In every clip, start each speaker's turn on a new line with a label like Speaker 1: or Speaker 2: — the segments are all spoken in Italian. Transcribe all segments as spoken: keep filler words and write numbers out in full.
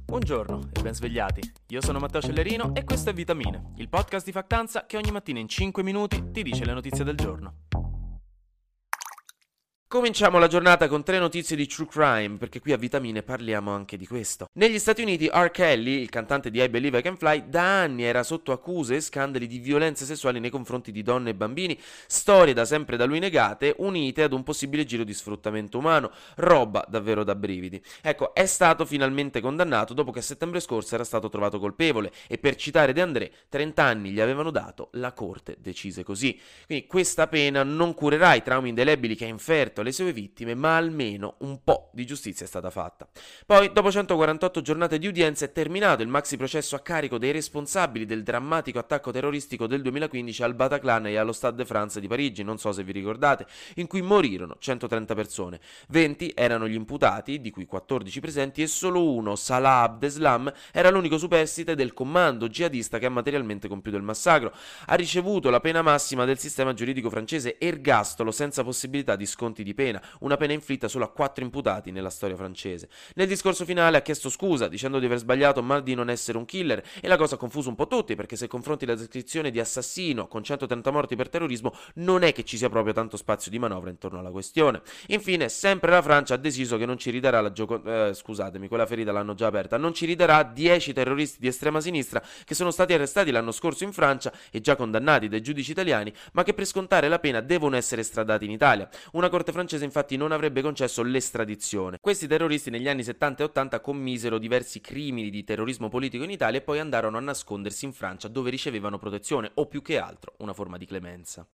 Speaker 1: Buongiorno e ben svegliati. Io sono Matteo Cellerino e questo è Vitamine, il podcast di Factanza che ogni mattina in cinque minuti ti dice le notizie del giorno. Cominciamo la giornata con tre notizie di true crime, perché qui a Vitamine parliamo anche di questo. Negli Stati Uniti R. Kelly, il cantante di I Believe I Can Fly, da anni era sotto accuse e scandali di violenze sessuali nei confronti di donne e bambini, storie da sempre da lui negate, unite ad un possibile giro di sfruttamento umano, roba davvero da brividi. Ecco, è stato finalmente condannato dopo che a settembre scorso era stato trovato colpevole e, per citare De André, trenta anni gli avevano dato, la corte decise così. Quindi questa pena non curerà i traumi indelebili che ha inferto le sue vittime, ma almeno un po' di giustizia è stata fatta. Poi, dopo centoquarantotto giornate di udienza, è terminato il maxi processo a carico dei responsabili del drammatico attacco terroristico del duemilaquindici al Bataclan e allo Stade de France di Parigi, non so se vi ricordate, in cui morirono centotrenta persone. venti erano gli imputati, di cui quattordici presenti, e solo uno, Salah Abdeslam, era l'unico superstite del comando jihadista che ha materialmente compiuto il massacro. Ha ricevuto la pena massima del sistema giuridico francese, ergastolo senza possibilità di sconti di pena, una pena inflitta solo a quattro imputati nella storia francese. Nel discorso finale ha chiesto scusa, dicendo di aver sbagliato ma di non essere un killer, e la cosa ha confuso un po' tutti, perché se confronti la descrizione di assassino con centotrenta morti per terrorismo, non è che ci sia proprio tanto spazio di manovra intorno alla questione. Infine, sempre la Francia ha deciso che non ci ridarà la gioco... Eh, scusatemi, quella ferita l'hanno già aperta, non ci ridarà dieci terroristi di estrema sinistra che sono stati arrestati l'anno scorso in Francia e già condannati dai giudici italiani, ma che per scontare la pena devono essere estradati in Italia. Una corte francese infatti non avrebbe concesso l'estradizione. Questi terroristi negli anni settanta e ottanta commisero diversi crimini di terrorismo politico in Italia e poi andarono a nascondersi in Francia, dove ricevevano protezione o, più che altro, una forma di clemenza.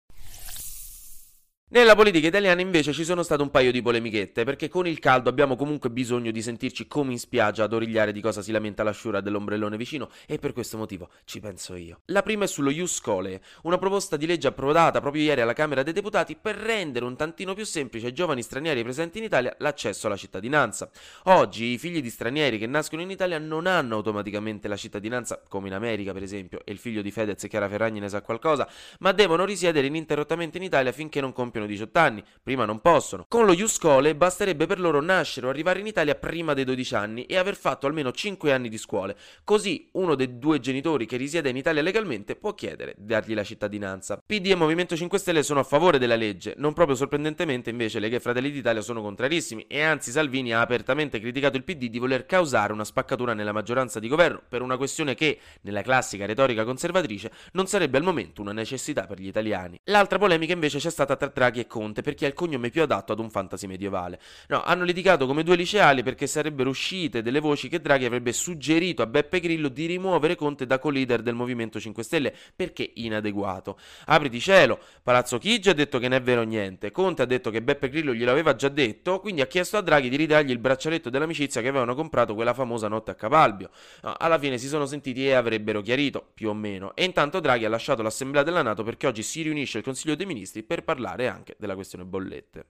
Speaker 1: Nella politica italiana invece ci sono state un paio di polemichette, perché con il caldo abbiamo comunque bisogno di sentirci come in spiaggia ad origliare di cosa si lamenta la sciura dell'ombrellone vicino, e per questo motivo ci penso io. La prima è sullo Ius Scholae, una proposta di legge approvata proprio ieri alla Camera dei Deputati per rendere un tantino più semplice ai giovani stranieri presenti in Italia l'accesso alla cittadinanza. Oggi i figli di stranieri che nascono in Italia non hanno automaticamente la cittadinanza, come in America per esempio, e il figlio di Fedez e Chiara Ferragni ne sa qualcosa, ma devono risiedere ininterrottamente in Italia finché non compiono diciotto anni, prima non possono. Con lo Ius Scholae basterebbe per loro nascere o arrivare in Italia prima dei dodici anni e aver fatto almeno cinque anni di scuole, così uno dei due genitori che risiede in Italia legalmente può chiedere di dargli la cittadinanza. P D e Movimento cinque Stelle sono a favore della legge, non proprio sorprendentemente invece Lega e Fratelli d'Italia sono contrarissimi, e anzi Salvini ha apertamente criticato il P D di voler causare una spaccatura nella maggioranza di governo per una questione che, nella classica retorica conservatrice, non sarebbe al momento una necessità per gli italiani. L'altra polemica invece c'è stata tra Draghi e Conte, per chi ha il cognome più adatto ad un fantasy medievale. No, hanno litigato come due liceali perché sarebbero uscite delle voci che Draghi avrebbe suggerito a Beppe Grillo di rimuovere Conte da co-leader del Movimento cinque Stelle perché inadeguato. Apriti cielo, Palazzo Chigi ha detto che non è vero niente, Conte ha detto che Beppe Grillo glielo aveva già detto, quindi ha chiesto a Draghi di ridargli il braccialetto dell'amicizia che avevano comprato quella famosa notte a Capalbio. No, alla fine si sono sentiti e avrebbero chiarito, più o meno, e intanto Draghi ha lasciato l'assemblea della NATO perché oggi si riunisce il Consiglio dei Ministri per parlare anche della questione bollette.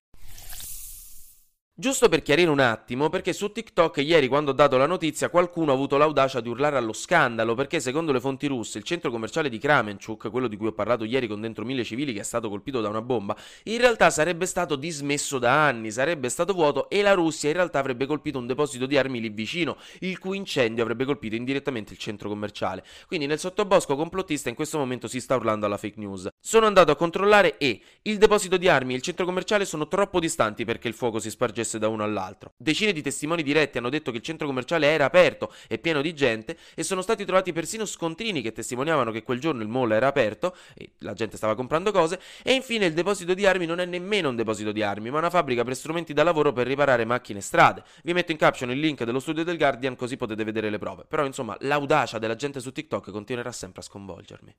Speaker 1: Giusto per chiarire un attimo, perché su TikTok ieri, quando ho dato la notizia, qualcuno ha avuto l'audacia di urlare allo scandalo, perché secondo le fonti russe il centro commerciale di Kremenchuk, quello di cui ho parlato ieri con dentro mille civili che è stato colpito da una bomba, in realtà sarebbe stato dismesso da anni, sarebbe stato vuoto, e la Russia in realtà avrebbe colpito un deposito di armi lì vicino, il cui incendio avrebbe colpito indirettamente il centro commerciale. Quindi nel sottobosco complottista in questo momento si sta urlando alla fake news. Sono andato a controllare e il deposito di armi e il centro commerciale sono troppo distanti perché il fuoco si spargesse da uno all'altro. Decine di testimoni diretti hanno detto che il centro commerciale era aperto e pieno di gente, e sono stati trovati persino scontrini che testimoniavano che quel giorno il mall era aperto e la gente stava comprando cose. E infine il deposito di armi non è nemmeno un deposito di armi, ma una fabbrica per strumenti da lavoro per riparare macchine e strade. Vi metto in caption il link dello studio del Guardian così potete vedere le prove. Però insomma l'audacia della gente su TikTok continuerà sempre a sconvolgermi.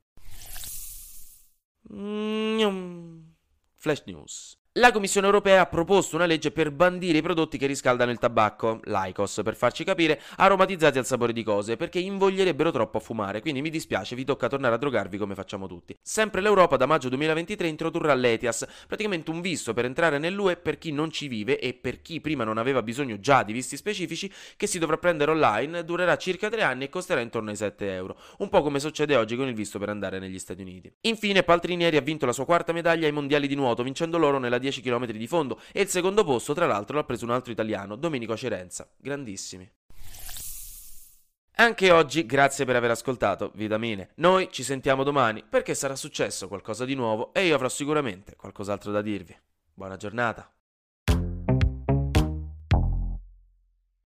Speaker 1: Mm-hmm. Flash News. La Commissione Europea ha proposto una legge per bandire i prodotti che riscaldano il tabacco, l'Aicos per farci capire, aromatizzati al sapore di cose, perché invoglierebbero troppo a fumare, quindi mi dispiace, vi tocca tornare a drogarvi come facciamo tutti. Sempre l'Europa da maggio duemilaventitré introdurrà l'E T I A S, praticamente un visto per entrare nell'U E per chi non ci vive e per chi prima non aveva bisogno già di visti specifici, che si dovrà prendere online, durerà circa tre anni e costerà intorno ai sette euro, un po' come succede oggi con il visto per andare negli Stati Uniti. Infine Paltrinieri ha vinto la sua quarta medaglia ai mondiali di nuoto, vincendo l'oro nella dieci chilometri di fondo, e il secondo posto tra l'altro l'ha preso un altro italiano, Domenico Cerenza. Grandissimi. Anche oggi grazie per aver ascoltato Vitamine. Noi ci sentiamo domani perché sarà successo qualcosa di nuovo e io avrò sicuramente qualcos'altro da dirvi. Buona giornata.